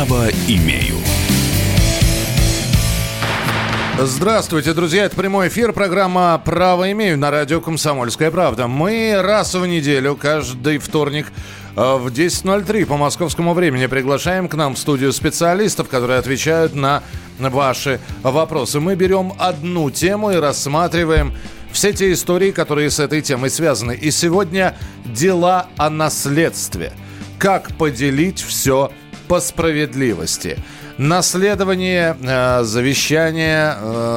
Право имею. Здравствуйте, друзья. Это прямой эфир. Программа «Право имею» на радио «Комсомольская правда». Мы раз в неделю, каждый вторник в 10:03 по московскому времени приглашаем к нам в студию специалистов, которые отвечают на ваши вопросы. Мы берем одну тему и рассматриваем все те истории, которые с этой темой связаны. И сегодня дела о наследстве. Как поделить все по справедливости. Наследование, завещание,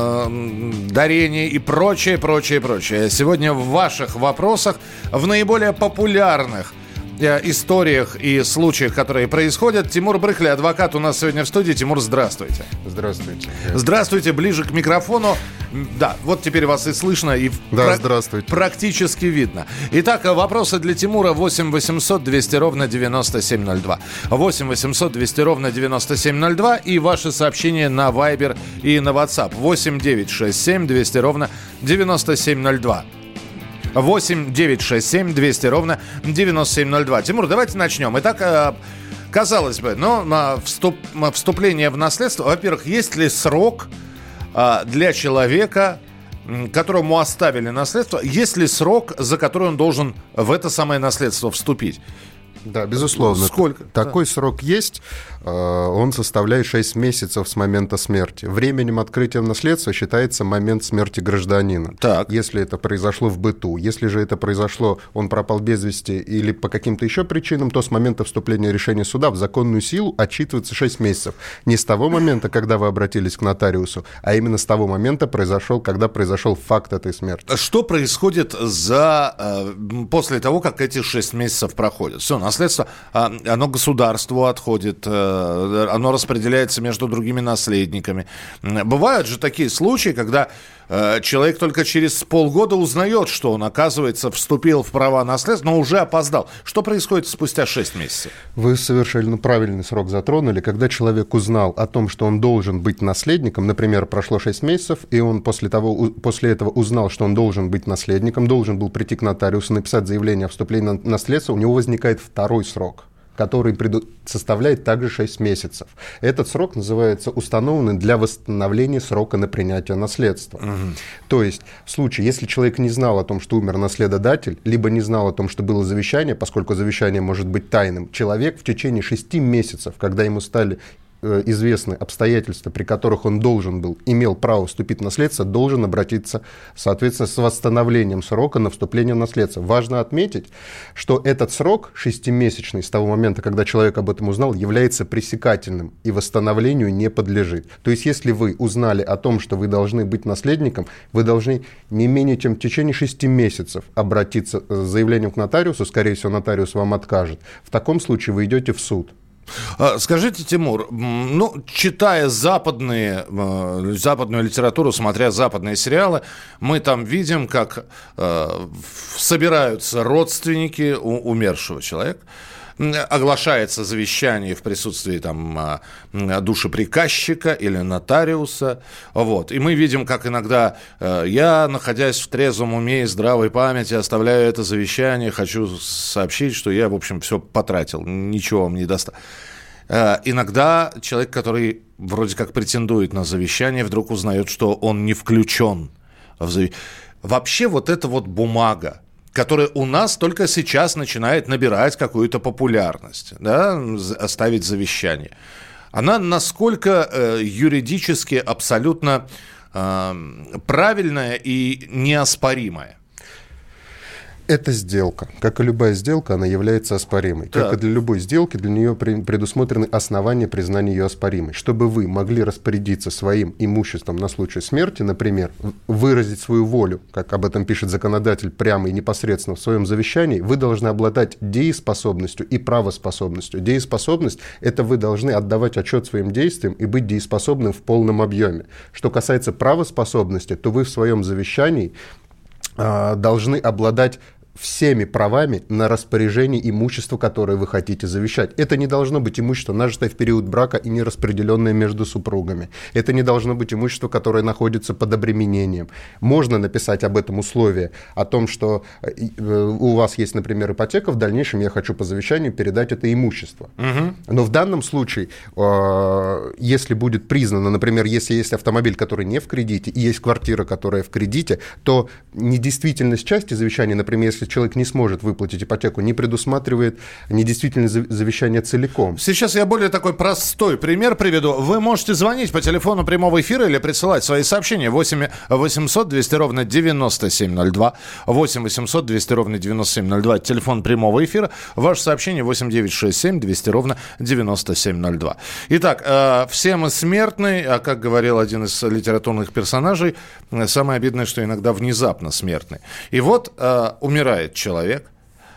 дарение и прочее. Сегодня в ваших вопросах, в наиболее популярных историях и случаях, которые происходят. Тимур Брыхля, адвокат, у нас сегодня в студии. Тимур, здравствуйте. Здравствуйте. Здравствуйте, ближе к микрофону. Да, вот теперь вас и слышно, и здравствуйте. Практически видно. Итак, вопросы для Тимура 8 800 200 ровно 9702. 8 800 200 ровно 9702 и ваши сообщения на Viber и на WhatsApp. 8 967 200 ровно 9702. 8 967 200 ровно 9702. Тимур, давайте начнем. Итак, казалось бы, вступление в наследство. Во-первых, есть ли срок для человека, которому оставили наследство, есть ли срок, за который он должен в это самое наследство вступить? Да, безусловно. Сколько? Такой срок есть. Он составляет 6 месяцев с момента смерти. Временем открытия наследства считается момент смерти гражданина. Так. Если это произошло в быту. Если же это произошло, он пропал без вести или по каким-то еще причинам, то с момента вступления решения суда в законную силу отчитывается 6 месяцев. Не с того момента, когда вы обратились к нотариусу, а именно с того момента, когда произошел факт этой смерти. Что происходит после того, как эти 6 месяцев проходят? Все, наследство, оно государству отходит, оно распределяется между другими наследниками. Бывают же такие случаи, когда человек только через полгода узнает, что он, оказывается, вступил в права наследства, но уже опоздал. Что происходит спустя 6 месяцев? Вы совершенно правильный срок затронули. Когда человек узнал о том, что он должен быть наследником, например, прошло 6 месяцев, и он после этого узнал, что он должен быть наследником, должен был прийти к нотариусу, написать заявление о вступлении в наследство, у него возникает второй срок, который составляет также 6 месяцев. Этот срок называется установленный для восстановления срока на принятие наследства. То есть, в случае, если человек не знал о том, что умер наследодатель, либо не знал о том, что было завещание, поскольку завещание может быть тайным, человек в течение 6 месяцев, когда ему стали известны обстоятельства, при которых он имел право вступить в наследство, должен обратиться, соответственно, с восстановлением срока на вступление в наследство. Важно отметить, что этот срок, 6-месячный, с того момента, когда человек об этом узнал, является пресекательным и восстановлению не подлежит. То есть, если вы узнали о том, что вы должны быть наследником, вы должны не менее чем в течение 6 месяцев обратиться с заявлением к нотариусу, скорее всего, нотариус вам откажет. В таком случае вы идете в суд. Скажите, Тимур, читая западную литературу, смотря западные сериалы, мы там видим, как собираются родственники умершего человека, оглашается завещание в присутствии душеприказчика или нотариуса. Вот. И мы видим, как иногда я, находясь в трезвом уме и здравой памяти, оставляю это завещание, хочу сообщить, что я, в общем, все потратил, ничего вам не достал. Иногда человек, который вроде как претендует на завещание, вдруг узнает, что он не включен в завещание. Вообще вот эта вот бумага, которая у нас только сейчас начинает набирать какую-то популярность, да, оставить завещание. Она насколько юридически абсолютно правильная и неоспоримая? Это сделка. Как и любая сделка, она является оспоримой. Как и для любой сделки, для нее предусмотрены основания признания ее оспоримой. Чтобы вы могли распорядиться своим имуществом на случай смерти, например, выразить свою волю, как об этом пишет законодатель прямо и непосредственно в своем завещании, вы должны обладать дееспособностью и правоспособностью. Дееспособность – это вы должны отдавать отчет своим действиям и быть дееспособным в полном объеме. Что касается правоспособности, то вы в своем завещании должны обладать всеми правами на распоряжение имущества, которое вы хотите завещать. Это не должно быть имущество, нажитое в период брака и не распределенное между супругами. Это не должно быть имущество, которое находится под обременением. Можно написать об этом условие, о том, что у вас есть, например, ипотека, в дальнейшем я хочу по завещанию передать это имущество. Но в данном случае, если будет признано, например, если есть автомобиль, который не в кредите, и есть квартира, которая в кредите, то недействительность части завещания, например, если человек не сможет выплатить ипотеку, не предусматривает недействительность завещания целиком. Сейчас я более такой простой пример приведу. Вы можете звонить по телефону прямого эфира или присылать свои сообщения 8 800 200 ровно 9702, 8 800 200 ровно 9702, телефон прямого эфира. Ваше сообщение 8 967 200 ровно 9702. Итак, все мы смертны, а как говорил один из литературных персонажей, самое обидное, что иногда внезапно смертны. И вот умирает человек,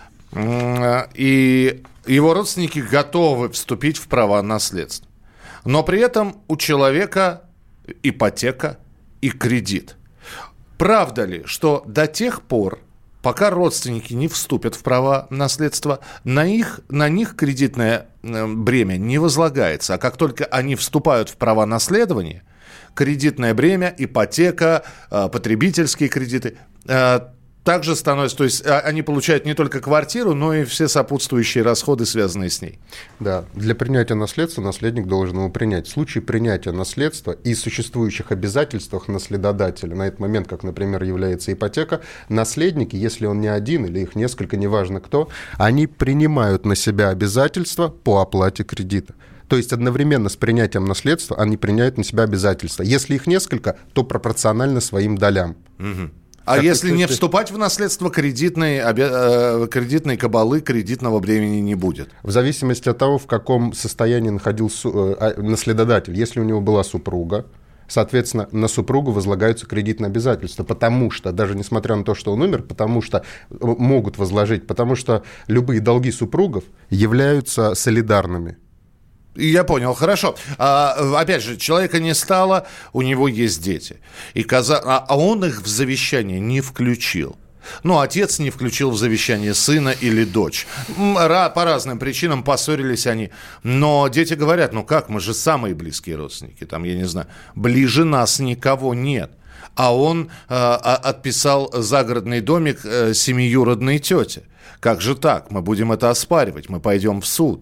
и его родственники готовы вступить в права наследства. Но при этом у человека ипотека и кредит. Правда ли, что до тех пор, пока родственники не вступят в права наследства, на них кредитное бремя не возлагается, а как только они вступают в права наследования, кредитное бремя, ипотека, потребительские кредиты также становятся, то есть они получают не только квартиру, но и все сопутствующие расходы, связанные с ней. Да, для принятия наследства наследник должен его принять. В случае принятия наследства и существующих обязательствах наследодателя, на этот момент, как, например, является ипотека, наследники, если он не один или их несколько, неважно кто, они принимают на себя обязательства по оплате кредита. То есть одновременно с принятием наследства они принимают на себя обязательства. Если их несколько, то пропорционально своим долям. Угу. А если не вступать в наследство, кредитной кабалы, кредитного бремени не будет? В зависимости от того, в каком состоянии находился наследодатель. Если у него была супруга, соответственно, на супругу возлагаются кредитные обязательства, потому что, даже несмотря на то, что он умер, потому что могут возложить, потому что любые долги супругов являются солидарными. Я понял, хорошо. Опять же, человека не стало, у него есть дети. А он их в завещание не включил. Ну, отец не включил в завещание сына или дочь. По разным причинам поссорились они. Но дети говорят, ну как, мы же самые близкие родственники. Там, я не знаю, ближе нас никого нет. А он отписал загородный домик семиюродной тете. Как же так? Мы будем это оспаривать, мы пойдем в суд.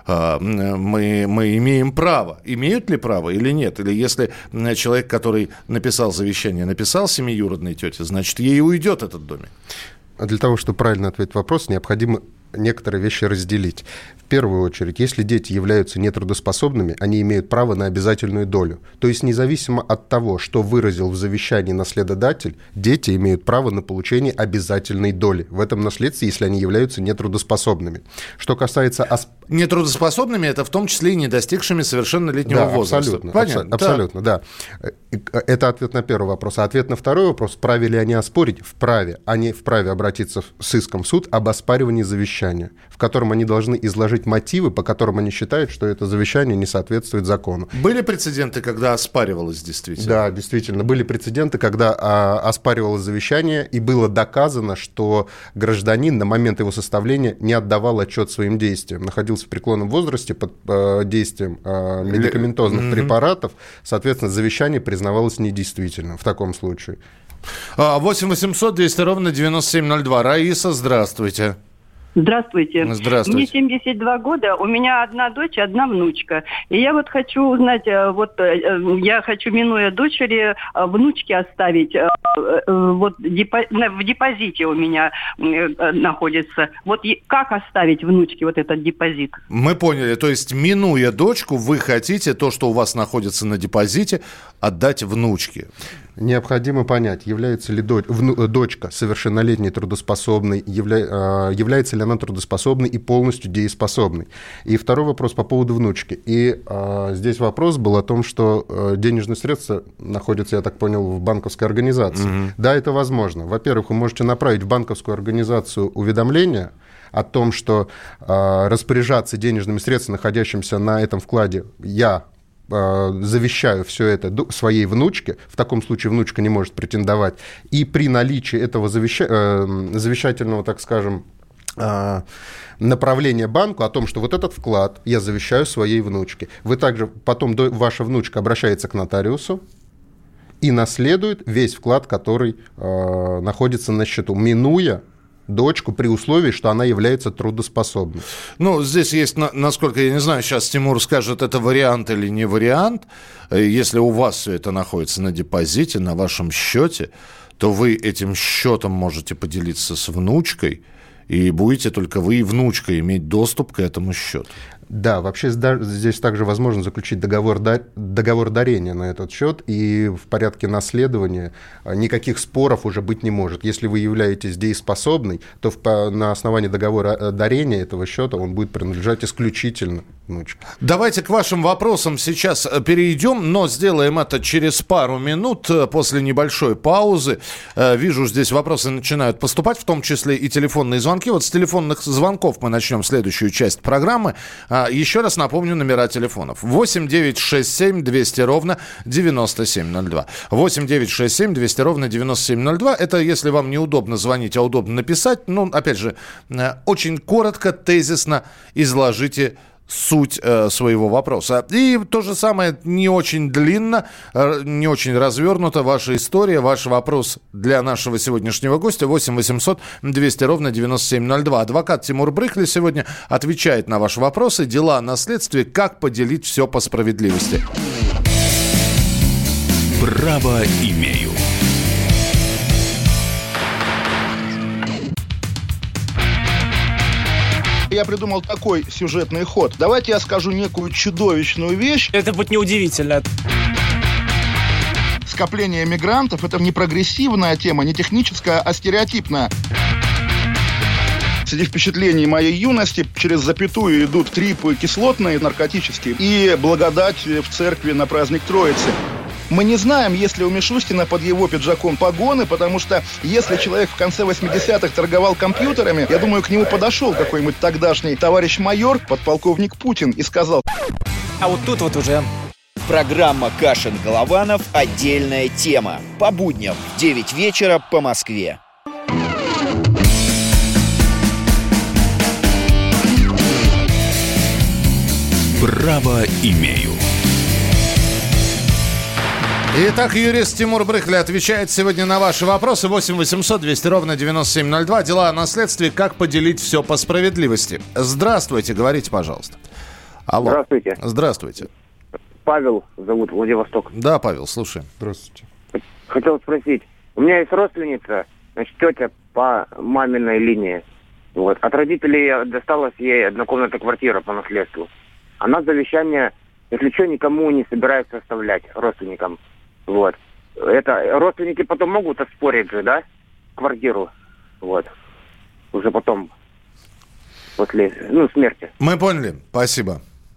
Мы имеем право. Имеют ли право или нет? Или если человек, который написал завещание, написал семиюродной тете, значит, ей уйдет этот домик. Для того, чтобы правильно ответить на вопрос, необходимо некоторые вещи разделить. В первую очередь, если дети являются нетрудоспособными, они имеют право на обязательную долю. То есть независимо от того, что выразил в завещании наследодатель, дети имеют право на получение обязательной доли в этом наследстве, если они являются нетрудоспособными. Что касается... Нетрудоспособными, это в том числе и не достигшими совершеннолетнего возраста. Абсолютно. Понятно, абсолютно, да. Это ответ на первый вопрос. А ответ на второй вопрос, вправе ли они оспорить? Вправе. Они вправе обратиться с иском в суд об оспаривании завещания, в котором они должны изложить мотивы, по которым они считают, что это завещание не соответствует закону. Были прецеденты, когда оспаривалось действительно? Да, действительно. Были прецеденты, когда оспаривалось завещание, и было доказано, что гражданин на момент его составления не отдавал отчет своим действиям, находился в преклонном возрасте под действием медикаментозных препаратов, соответственно, завещание признавалось недействительным в таком случае. 8 800 200 ровно 9702. Раиса, здравствуйте. Здравствуйте. Здравствуйте. Мне 72 года, у меня одна дочь, одна внучка. И я вот хочу узнать, я хочу, минуя дочери, внучке оставить, в депозите у меня находится. Как оставить внучке этот депозит? Мы поняли, то есть, минуя дочку, вы хотите то, что у вас находится на депозите, отдать внучке. Необходимо понять, является ли дочка совершеннолетней трудоспособной, является ли она трудоспособной и полностью дееспособной. И второй вопрос по поводу внучки. И здесь вопрос был о том, что денежные средства находятся, я так понял, в банковской организации. Угу. Да, это возможно. Во-первых, вы можете направить в банковскую организацию уведомление о том, что распоряжаться денежными средствами, находящимися на этом вкладе, я завещаю все это своей внучке, в таком случае внучка не может претендовать, и при наличии этого завещательного, так скажем, направление банку о том, что вот этот вклад я завещаю своей внучке. Вы также потом, ваша внучка обращается к нотариусу и наследует весь вклад, который находится на счету, минуя дочку при условии, что она является трудоспособной. Ну, здесь есть, насколько я не знаю, сейчас Тимур скажет, это вариант или не вариант. Если у вас все это находится на депозите, на вашем счете, то вы этим счетом можете поделиться с внучкой, и будете только вы и внучка иметь доступ к этому счету. Да, вообще здесь также возможно заключить договор дарения на этот счет, и в порядке наследования никаких споров уже быть не может. Если вы являетесь дееспособной, то на основании договора дарения этого счета он будет принадлежать исключительно внучке. Давайте к вашим вопросам сейчас перейдем, но сделаем это через пару минут после небольшой паузы. Вижу, здесь вопросы начинают поступать, в том числе и телефонные звонки. Вот с телефонных звонков мы начнем следующую часть программы. Еще раз напомню номера телефонов. 8 967 200 ровно 9702. 8 967 200 ровно 9702. Это если вам неудобно звонить, а удобно написать. Ну, опять же, очень коротко, тезисно изложите суть своего вопроса. И то же самое, не очень длинно, не очень развернуто ваша история, ваш вопрос для нашего сегодняшнего гостя. 8 800 200 ровно 9702. Адвокат Тимур Брыхли сегодня отвечает на ваши вопросы. Дела о наследстве, как поделить все по справедливости. Право имею. Я придумал такой сюжетный ход. Давайте я скажу некую чудовищную вещь. Это будет неудивительно. Скопление мигрантов – это не прогрессивная тема, не техническая, а стереотипная. Среди впечатлений моей юности через запятую идут трипы кислотные, наркотические, и благодать в церкви на праздник Троицы. Мы не знаем, есть ли у Мишустина под его пиджаком погоны, потому что если человек в конце 80-х торговал компьютерами, я думаю, к нему подошел какой-нибудь тогдашний товарищ майор, подполковник Путин, и сказал: А вот тут вот уже... Программа «Кашин-Голованов. Отдельная тема». По будням в 9 вечера по Москве. Право имею. Итак, юрист Тимур Брыхли отвечает сегодня на ваши вопросы. 8 800 200 ровно 9702. Дела о наследстве. Как поделить все по справедливости. Здравствуйте, говорите, пожалуйста. Алло. Здравствуйте. Здравствуйте. Павел зовут, Владивосток. Да, Павел, слушаем. Здравствуйте. Хотел спросить. У меня есть родственница, значит, тетя по маминой линии. Вот. От родителей досталась ей однокомнатная квартира по наследству. Она завещание, если что, никому не собирается оставлять, родственникам. Вот. Это родственники потом могут оспорить же, да, квартиру. Вот. Уже потом, после, смерти. Мы поняли. Спасибо.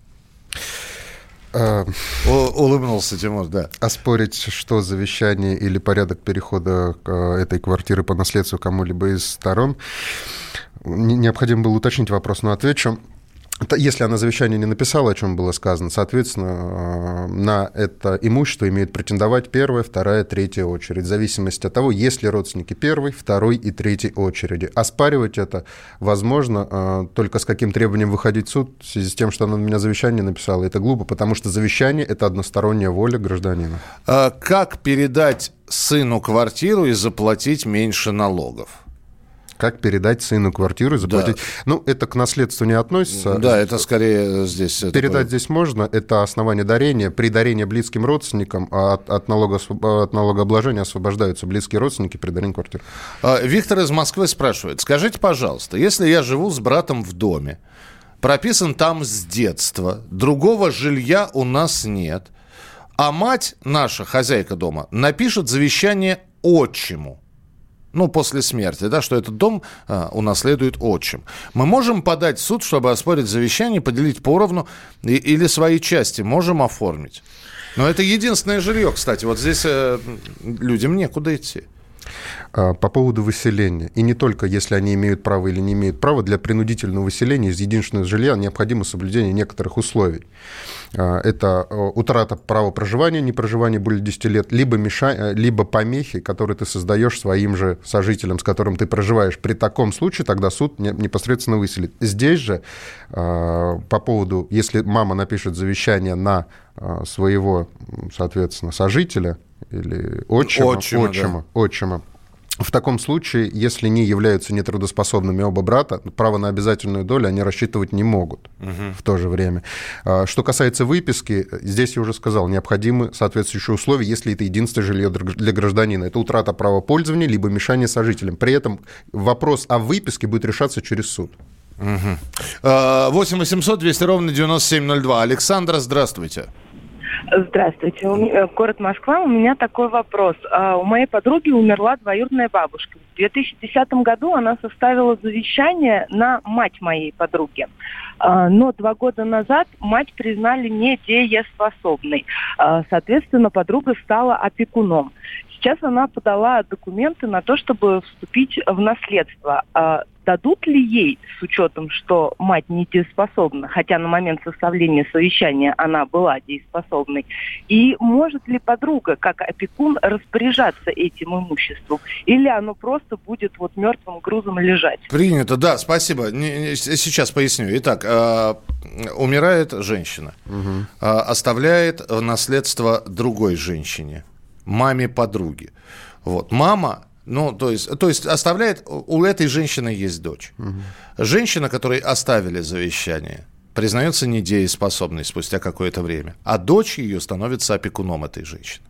Улыбнулся Тимур, да. Оспорить, что завещание или порядок перехода этой квартиры по наследству кому-либо из сторон. Необходимо было уточнить вопрос, но отвечу. Если она завещание не написала, о чем было сказано, соответственно, на это имущество имеют претендовать первая, вторая, третья очередь, в зависимости от того, есть ли родственники первой, второй и третьей очереди. Оспаривать это возможно, только с каким требованием выходить в суд, в связи с тем, что она на меня завещание написала. Это глупо, потому что завещание – это односторонняя воля гражданина. Как передать сыну квартиру и заплатить меньше налогов? Как передать сыну квартиру и заплатить? Да. Это к наследству не относится. Да, это скорее здесь... Передать такое... здесь можно. Это основание дарения. При дарении близким родственникам от налогообложения освобождаются близкие родственники при дарении квартиры. Виктор из Москвы спрашивает. Скажите, пожалуйста, если я живу с братом в доме, прописан там с детства, другого жилья у нас нет, а мать наша, хозяйка дома, напишет завещание отчиму, после смерти, да, что этот дом унаследует отчим. Мы можем подать в суд, чтобы оспорить завещание, поделить поровну или свои части можем оформить. Но это единственное жилье, кстати. Вот здесь людям некуда идти. По поводу выселения. И не только если они имеют право или не имеют права, для принудительного выселения из единственного жилья необходимо соблюдение некоторых условий. Это утрата права проживания, непроживание более 10 лет, либо помехи, которые ты создаешь своим же сожителям, с которым ты проживаешь. При таком случае тогда суд непосредственно выселит. Здесь же по поводу, если мама напишет завещание на своего, соответственно, сожителя или отчима, в таком случае, если не являются нетрудоспособными оба брата, право на обязательную долю они рассчитывать не могут в то же время. Что касается выписки, здесь я уже сказал, необходимы соответствующие условия, если это единственное жилье для гражданина. Это утрата права пользования, либо мешание сожителям. При этом вопрос о выписке будет решаться через суд. 8 800 200 ровно 9702. Александра, здравствуйте. Здравствуйте. Город Москва. У меня такой вопрос. У моей подруги умерла двоюродная бабушка. В 2010 году она составила завещание на мать моей подруги. Но 2 года назад мать признали недееспособной. Соответственно, подруга стала опекуном. Сейчас она подала документы на то, чтобы вступить в наследство. Дадут ли ей, с учетом, что мать недееспособна, хотя на момент составления завещания она была дееспособной, и может ли подруга, как опекун, распоряжаться этим имуществом, или оно просто будет вот мертвым грузом лежать? Принято, да, спасибо. Сейчас поясню. Итак, умирает женщина, оставляет в наследство другой женщине, маме подруги. Вот, мама... то есть оставляет, у этой женщины есть дочь. Женщина, которой оставили завещание, признается недееспособной спустя какое-то время, а дочь ее становится опекуном этой женщины.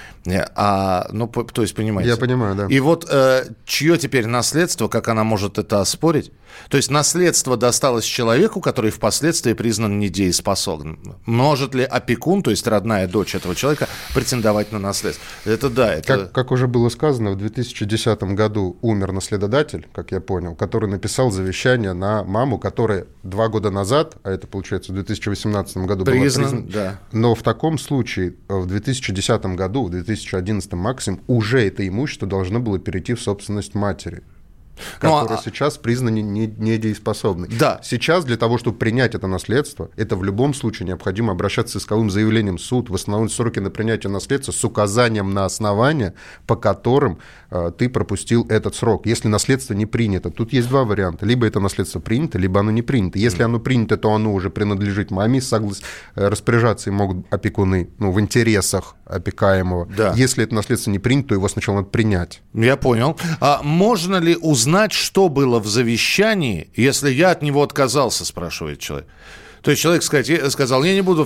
То есть, понимаете? Я понимаю, да. И вот чье теперь наследство, как она может это оспорить? То есть наследство досталось человеку, который впоследствии признан недееспособным. Может ли опекун, то есть родная дочь этого человека, претендовать на наследство? Это да. Это... Как уже было сказано, в 2010 году умер наследодатель, как я понял, который написал завещание на маму, которая 2 года назад, а это, получается, в 2018 году была признана. Да. Но в таком случае в 2010 году, в 2011 максимум, уже это имущество должно было перейти в собственность матери, которая сейчас признана недееспособной. Да. Сейчас для того, чтобы принять это наследство, это в любом случае необходимо обращаться с исковым заявлением в суд, восстановить сроки на принятие наследства с указанием на основания, по которым ты пропустил этот срок. Если наследство не принято, тут есть 2 варианта. Либо это наследство принято, либо оно не принято. Если оно принято, то оно уже принадлежит маме, распоряжаться могут опекуны, в интересах опекаемого. Да. Если это наследство не принято, то его сначала надо принять. Я понял. А можно ли узнать, что было в завещании, если я от него отказался, спрашивает человек? То есть человек сказал, я не буду,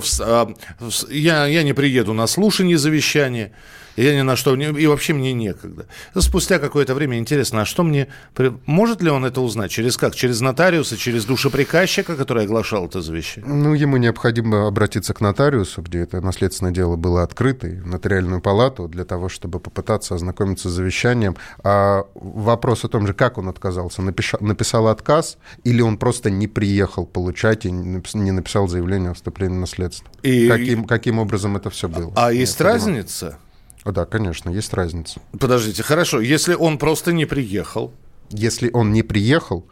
я не приеду на слушание завещания, я ни на что, и вообще мне некогда. Спустя какое-то время интересно, а что мне... Может ли он это узнать? Через как? Через нотариуса, через душеприказчика, который оглашал это завещание? Ему необходимо обратиться к нотариусу, где это наследственное дело было открыто, в нотариальную палату, для того, чтобы попытаться ознакомиться с завещанием. А вопрос о том же, как он отказался, написал отказ, или он просто не приехал получать и не написал заявление о вступлении в наследство? Каким образом это все было? А есть разница? Да, конечно, есть разница. Подождите, хорошо, если он просто не приехал? Если он не приехал,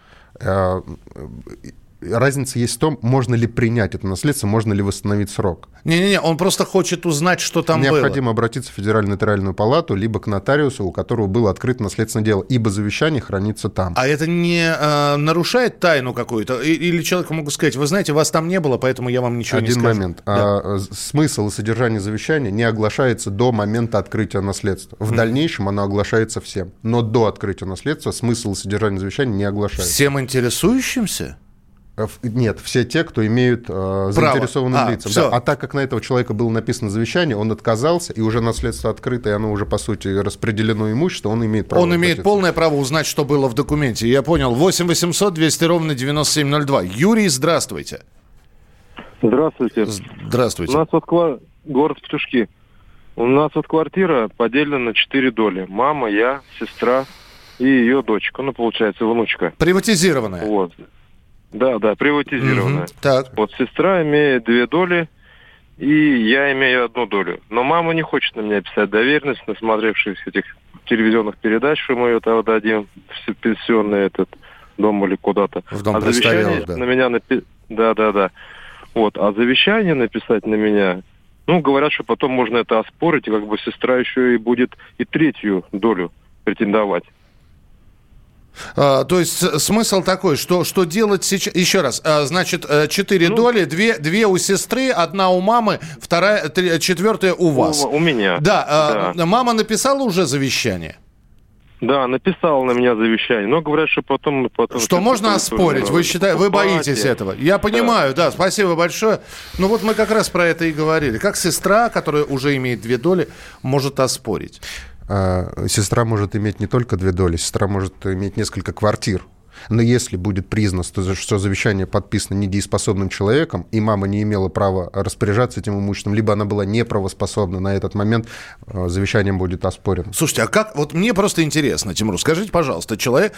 разница есть в том, можно ли принять это наследство, можно ли восстановить срок. Не-не-не, он просто хочет узнать, что там было. Необходимо обратиться в Федеральную нотариальную палату, либо к нотариусу, у которого было открыто наследственное дело, ибо завещание хранится там. А это не нарушает тайну какую-то? Или человеку могут сказать, вы знаете, вас там не было, поэтому я вам ничего не скажу? Один момент. Да. Смысл и содержание завещания не оглашается до момента открытия наследства. В дальнейшем оно оглашается всем. Но до открытия наследства смысл и содержание завещания не оглашается. Всем интересующимся? Нет, все те, кто имеют заинтересованные лица. Да. А так как на этого человека было написано завещание, он отказался, и уже наследство открыто, и оно уже, по сути, распределено имущество, он имеет право. Он имеет полное право узнать, что было в документе. Я понял. 8 800 200 ровно 9702. Юрий, здравствуйте. Здравствуйте. Здравствуйте. У нас город Петушки. У нас квартира поделена на 4 доли. Мама, я, сестра и ее дочка. Получается, внучка. Приватизированная. Вот. Да, приватизированная. Так. Вот сестра имеет 2 доли, и я имею 1 долю. Но мама не хочет на меня писать доверенность, насмотревшись этих телевизионных передач, что мы ее тогда дадим в пенсионный этот дом или куда-то. В дом завещание да. на меня Да. Вот. А завещание написать на меня, говорят, что потом можно это оспорить, и как бы сестра еще и будет и 3 долю претендовать. То есть смысл такой, что делать сейчас... Еще раз, значит, 4 доли, 2 у сестры, 1 у мамы, 4 у вас. У меня. Да. Мама написала уже завещание? Да, написала на меня завещание, но говорят, что потом что можно оспорить? Вы считаете, вы боитесь этого? Я понимаю, да, спасибо большое. Ну вот мы как раз про это и говорили. Как сестра, которая уже имеет 2 доли, может оспорить? Сестра может иметь не только 2 доли, сестра может иметь несколько квартир. Но если будет признано, что завещание подписано недееспособным человеком, и мама не имела права распоряжаться этим имуществом, либо она была неправоспособна на этот момент, завещанием будет оспорено. Слушайте, а как... Вот мне просто интересно, Тимур, скажите, пожалуйста, человек...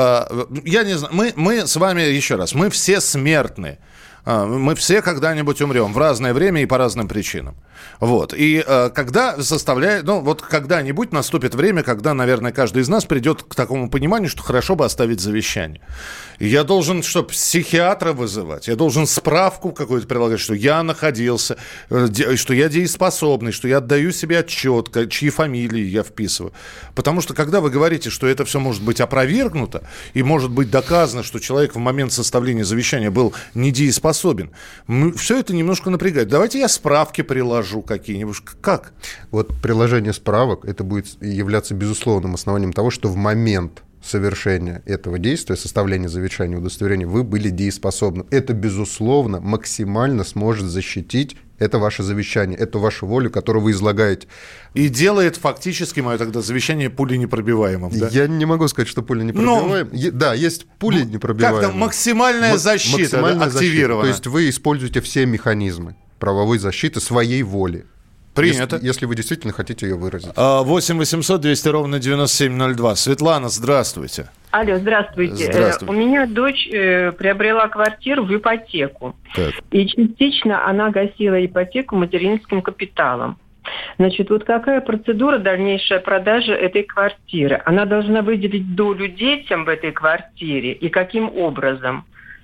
Я не знаю, мы с вами, еще раз, мы все смертны. Мы все когда-нибудь умрем в разное время и по разным причинам. Вот. И когда когда-нибудь наступит время, когда, наверное, каждый из нас придет к такому пониманию, что хорошо бы оставить завещание. И я должен, психиатра вызывать, я должен справку какую-то прилагать, что я находился, что я дееспособный, что я отдаю себе отчет, чьи фамилии я вписываю. Потому что, когда вы говорите, что это все может быть опровергнуто, и может быть доказано, что человек в момент составления завещания был недееспособен, все это немножко напрягает. Давайте я справки приложу какие-нибудь. Как? Вот приложение справок, это будет являться безусловным основанием того, что в момент совершения этого действия, составления завещания, удостоверения, вы были дееспособны. Это, безусловно, максимально сможет защитить это ваше завещание, эту вашу волю, которую вы излагаете. И делает фактически мое тогда завещание пуленепробиваемым, да? Я не могу сказать, что пуленепробиваемым. Да, есть пуленепробиваемые. Как-то максимальная защита активирована. То есть вы используете все механизмы правовой защиты своей воли. Принято. Если вы действительно хотите ее выразить. 8 800 200 ровно 9702. Светлана, здравствуйте. Алло, здравствуйте. У меня дочь приобрела квартиру в ипотеку. Так. И частично она гасила ипотеку материнским капиталом. Значит, вот какая процедура дальнейшая продажи этой квартиры? Она должна выделить долю детям в этой квартире и каким образом?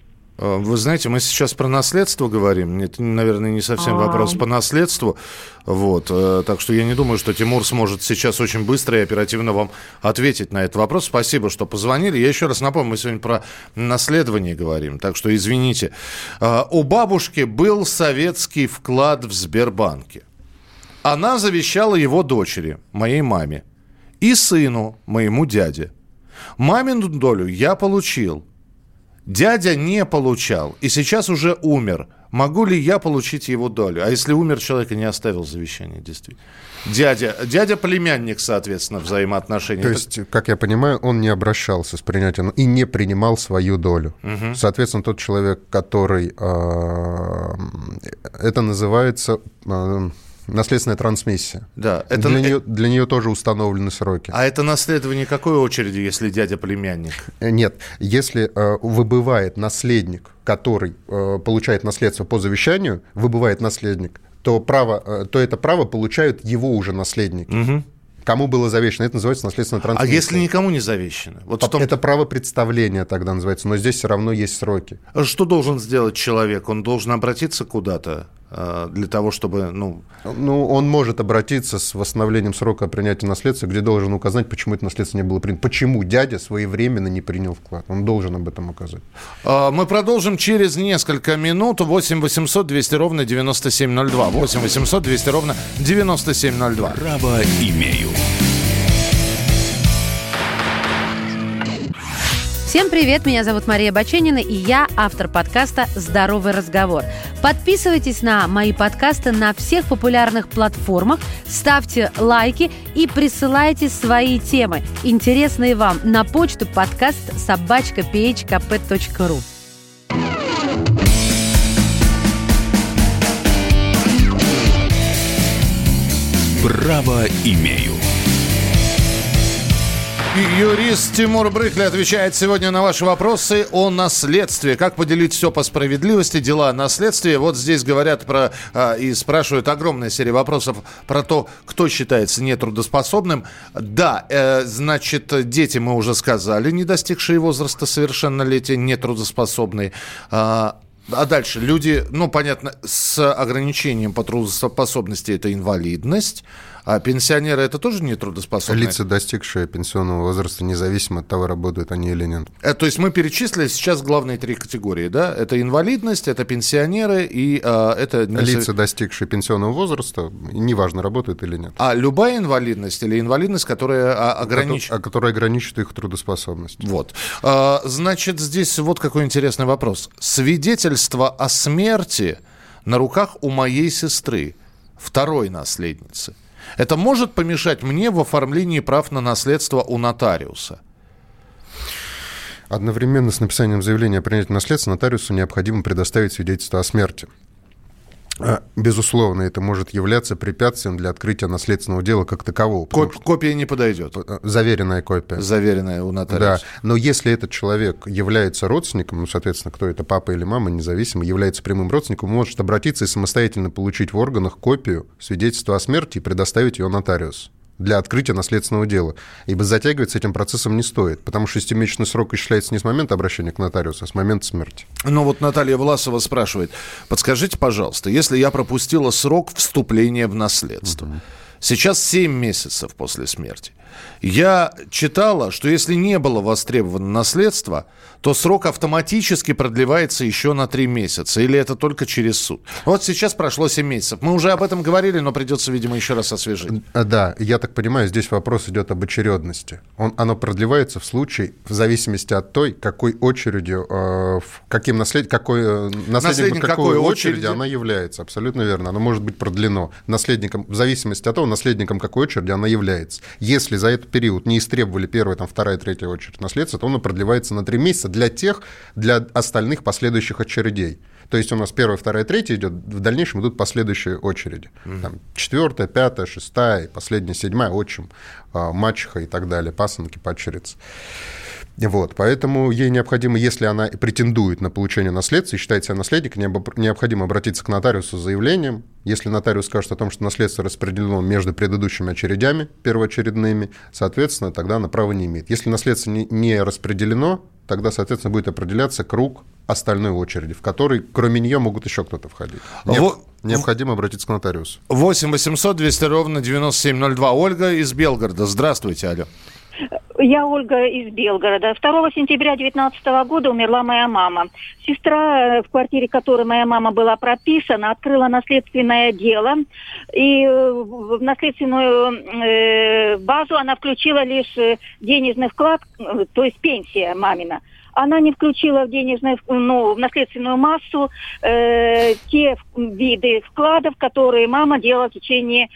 Вы знаете, мы сейчас про наследство говорим. Это, наверное, не совсем вопрос по наследству. Вот. Так что я не думаю, что Тимур сможет сейчас очень быстро и оперативно вам ответить на этот вопрос. Спасибо, что позвонили. Я еще раз напомню, мы сегодня про наследование говорим. Так что извините. У бабушки был советский вклад в Сбербанке. Она завещала его дочери, моей маме, и сыну, моему дяде. Мамину долю я получил. Дядя не получал и сейчас уже умер. Могу ли я получить его долю? А если умер человек и не оставил завещание, действительно? Дядя племянник, соответственно, взаимоотношения. То есть, как я понимаю, он не обращался с принятием и не принимал свою долю. Угу. Соответственно, тот человек, который... это называется... наследственная трансмиссия. Да, для нее тоже установлены сроки. А это наследование какой очереди, если дядя племянник? Нет, если выбывает наследник, который получает наследство по завещанию, выбывает наследник, то это право получают его уже наследники. Угу. Кому было завещано, это называется наследственная трансмиссия. А если никому не завещано? Это право представления тогда называется, но здесь все равно есть сроки. Что должен сделать человек? Он должен обратиться куда-то для того, чтобы... он может обратиться с восстановлением срока принятия наследства, где должен указать, почему это наследство не было принято. Почему дядя своевременно не принял вклад. Он должен об этом указать. Мы продолжим через несколько минут. 8 800 200 ровно 9702. 8 800 200 ровно 9702. Право имею. Всем привет, меня зовут Мария Баченина, и я автор подкаста «Здоровый разговор». Подписывайтесь на мои подкасты на всех популярных платформах, ставьте лайки и присылайте свои темы, интересные вам, на почту podcast@phkp.ru. Право имею. Юрист Тимур Брыхли отвечает сегодня на ваши вопросы о наследстве. Как поделить все по справедливости, дела о наследстве. Вот здесь говорят про и спрашивают огромная серия вопросов про то, кто считается нетрудоспособным. Да, значит, дети, мы уже сказали, не достигшие возраста совершеннолетия, нетрудоспособные. А дальше люди, понятно, с ограничением по трудоспособности это инвалидность, а пенсионеры это тоже нетрудоспособные? Лица, достигшие пенсионного возраста, независимо от того, работают они или нет. То есть мы перечислили сейчас главные три категории, да? Это инвалидность, это пенсионеры и это... Лица, достигшие пенсионного возраста, неважно, работают или нет. А любая инвалидность или инвалидность, которая ограничивает... Которая ограничивает их трудоспособность. Вот. Значит, здесь вот какой интересный вопрос. Свидетельство о смерти на руках у моей сестры, второй наследницы. Это может помешать мне в оформлении прав на наследство у нотариуса? Одновременно с написанием заявления о принятии наследства нотариусу необходимо предоставить свидетельство о смерти. Безусловно, это может являться препятствием для открытия наследственного дела как такового. Копия не подойдет. Заверенная копия. Заверенная у нотариуса. Да, но если этот человек является родственником, соответственно, кто это, папа или мама, независимо, является прямым родственником, может обратиться и самостоятельно получить в органах копию свидетельства о смерти и предоставить ее нотариусу для открытия наследственного дела. Ибо затягивать с этим процессом не стоит, потому что 6-месячный срок исчисляется не с момента обращения к нотариусу, а с момента смерти. Вот Наталья Власова спрашивает, подскажите, пожалуйста, если я пропустила срок вступления в наследство, сейчас 7 месяцев после смерти, я читала, что если не было востребовано наследство, то срок автоматически продлевается еще на 3 месяца. Или это только через суд? Вот сейчас прошло 7 месяцев. Мы уже об этом говорили, но придется, видимо, еще раз освежить. Да, я так понимаю, здесь вопрос идет об очередности. Оно продлевается в случае, в зависимости от той, какой очередью, наследником какой очереди она является. Абсолютно верно. Оно может быть продлено наследником, в зависимости от того, наследником какой очереди она является. Если за этот период не истребовали первая, вторая, третья очередь наследства, то оно продлевается на 3 месяца для остальных последующих очередей. То есть у нас первая, вторая, третья идет, в дальнейшем идут последующие очереди. 4-я, 5-я, 6-я, и последняя, 7-я, отчим, мачеха и так далее, пасынки, падчерицы. Вот, поэтому ей необходимо, если она претендует на получение наследства и считает себя наследником, необходимо обратиться к нотариусу с заявлением. Если нотариус скажет о том, что наследство распределено между предыдущими очередями, первоочередными, соответственно, тогда она права не имеет. Если наследство не распределено, тогда, соответственно, будет определяться круг остальной очереди, в который, кроме нее, могут еще кто-то входить. Необходимо обратиться к нотариусу. 8 800 200 ровно 9702. Ольга из Белгорода. Здравствуйте, алло. Я Ольга из Белгорода. 2 сентября 2019 года умерла моя мама. Сестра, в квартире которой моя мама была прописана, открыла наследственное дело. И в наследственную базу она включила лишь денежный вклад, то есть пенсия мамина. Она не включила в в наследственную массу те виды вкладов, которые мама делала в течение,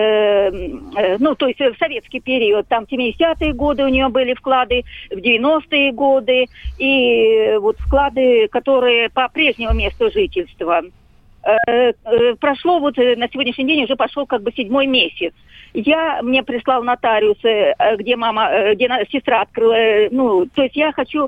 то есть в советский период. Там в 70-е годы у нее были вклады, в 90-е годы, и вот вклады, которые по прежнему месту жительства. Прошло на сегодняшний день уже пошел 7-й месяц. Мне прислал нотариус, где сестра открыла, то есть я хочу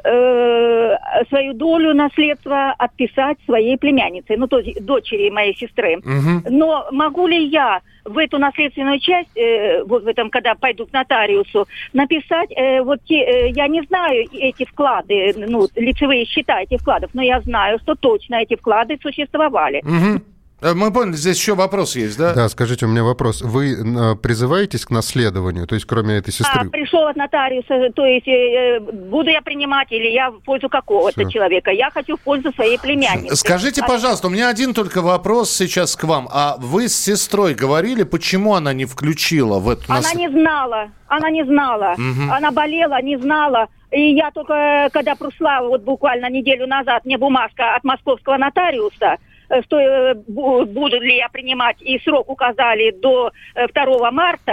свою долю наследства отписать своей племяннице, то есть дочери моей сестры. Угу. Но могу ли я в эту наследственную часть, в этом, когда пойду к нотариусу, написать, я не знаю эти вклады, лицевые счета этих вкладов, но я знаю, что точно эти вклады существовали. Угу. Мы поняли, здесь еще вопрос есть, да? Да, скажите, у меня вопрос. Вы призываетесь к наследованию, то есть кроме этой сестры? Пришел от нотариуса, то есть буду я принимать или я в пользу какого-то человека. Я хочу в пользу своей племянницы. Скажите, пожалуйста, у меня один только вопрос сейчас к вам. А вы с сестрой говорили, почему она не включила в эту наследство? Она не знала. Угу. Она болела, не знала. И я только, когда пришла буквально неделю назад, мне бумажка от московского нотариуса, что буду ли я принимать, и срок указали до 2 марта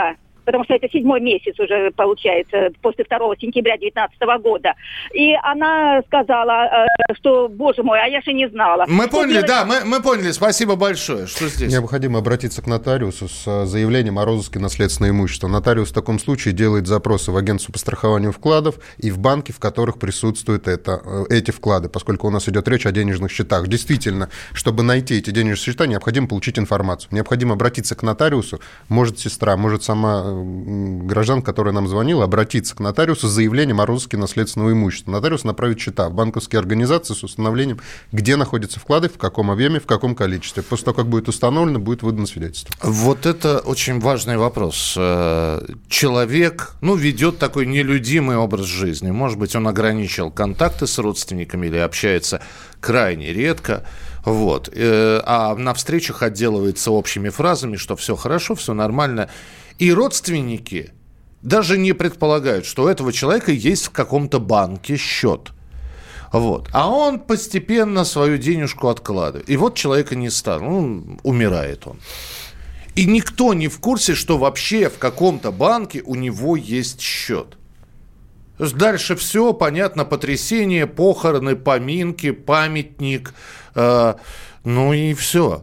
потому что это 7-й месяц уже получается, после 2 сентября 2019 года. И она сказала, что, боже мой, а я же не знала. Мы поняли, да, мы поняли, спасибо большое. Что здесь? Необходимо обратиться к нотариусу с заявлением о розыске наследственного имущества. Нотариус в таком случае делает запросы в агентство по страхованию вкладов и в банки, в которых присутствуют эти вклады, поскольку у нас идет речь о денежных счетах. Действительно, чтобы найти эти денежные счета, необходимо получить информацию. Необходимо обратиться к нотариусу. Может сестра, может сама гражданка, которая нам звонила, обратиться к нотариусу с заявлением о розыске наследственного имущества. Нотариус направит счета в банковские организации с установлением, где находятся вклады, в каком объеме, в каком количестве. После того, как будет установлено, будет выдано свидетельство. Вот это очень важный вопрос. Человек, ведет такой нелюдимый образ жизни. Может быть, он ограничил контакты с родственниками или общается крайне редко. Вот. А на встречах отделывается общими фразами, что все хорошо, все нормально. И родственники даже не предполагают, что у этого человека есть в каком-то банке счет. Вот. А он постепенно свою денежку откладывает. И вот человека не стало. Умирает он. И никто не в курсе, что вообще в каком-то банке у него есть счет. Дальше все, понятно, потрясение, похороны, поминки, памятник, и все.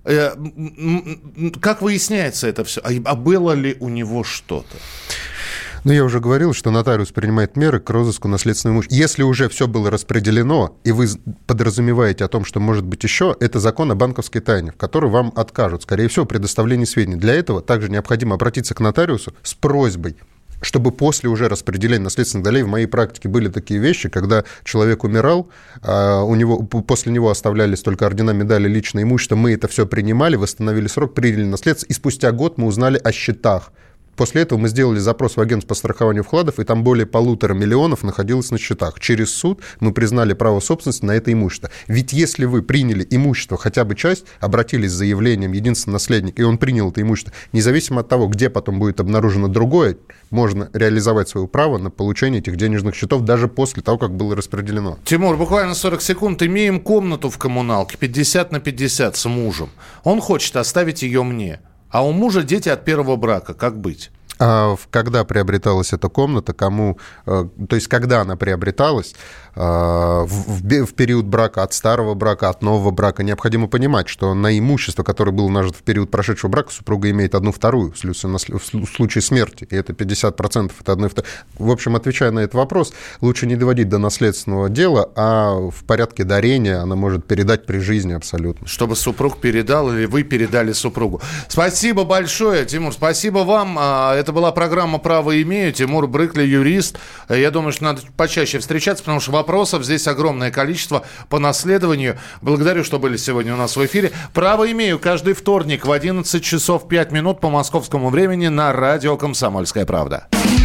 Как выясняется это все? А было ли у него что-то? Я уже говорил, что нотариус принимает меры к розыску наследственного имущества. Если уже все было распределено, и вы подразумеваете о том, что может быть еще, это закон о банковской тайне, в который вам откажут, скорее всего, предоставлении сведений. Для этого также необходимо обратиться к нотариусу с просьбой, чтобы после уже распределения наследственных долей, в моей практике были такие вещи, когда человек умирал, после него оставлялись только ордена, медали, личное имущество, мы это все принимали, восстановили срок, приняли наследство, и спустя год мы узнали о счетах. После этого мы сделали запрос в агентство по страхованию вкладов, и там более 1,5 миллиона находилось на счетах. Через суд мы признали право собственности на это имущество. Ведь если вы приняли имущество, хотя бы часть, обратились с заявлением единственный наследник, и он принял это имущество, независимо от того, где потом будет обнаружено другое, можно реализовать свое право на получение этих денежных счетов даже после того, как было распределено. Тимур, буквально 40 секунд. Имеем комнату в коммуналке 50/50 с мужем. Он хочет оставить ее мне. А у мужа дети от первого брака. Как быть? Когда приобреталась эта комната, когда она приобреталась, в период брака, от старого брака, от нового брака, необходимо понимать, что на имущество, которое было нажито в период прошедшего брака, супруга имеет 1/2 в случае смерти, и это 50%, это 1/2. В общем, отвечая на этот вопрос, лучше не доводить до наследственного дела, а в порядке дарения она может передать при жизни абсолютно. Чтобы супруг передал или вы передали супругу. Спасибо большое, Тимур, спасибо вам. Это была программа «Право имею». Тимур Брыкля, юрист. Я думаю, что надо почаще встречаться, потому что вопросов здесь огромное количество по наследованию. Благодарю, что были сегодня у нас в эфире. «Право имею» каждый вторник в 11 часов 5 минут по московскому времени на радио «Комсомольская правда».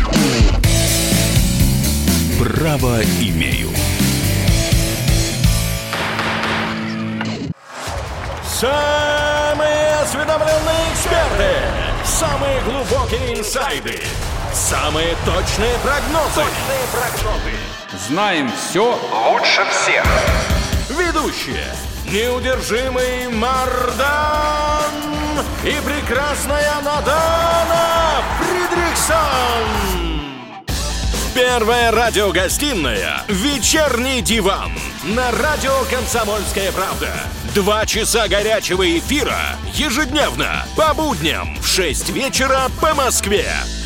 «Право имею». Самые осведомленные эксперты, самые глубокие инсайды, самые точные прогнозы. Знаем все лучше всех. Ведущие: неудержимый Мардан и прекрасная Надана Фридрихсон. Первая радиогостинная «Вечерний диван» на радио «Комсомольская правда». 2 часа горячего эфира ежедневно по будням в 6 вечера по Москве.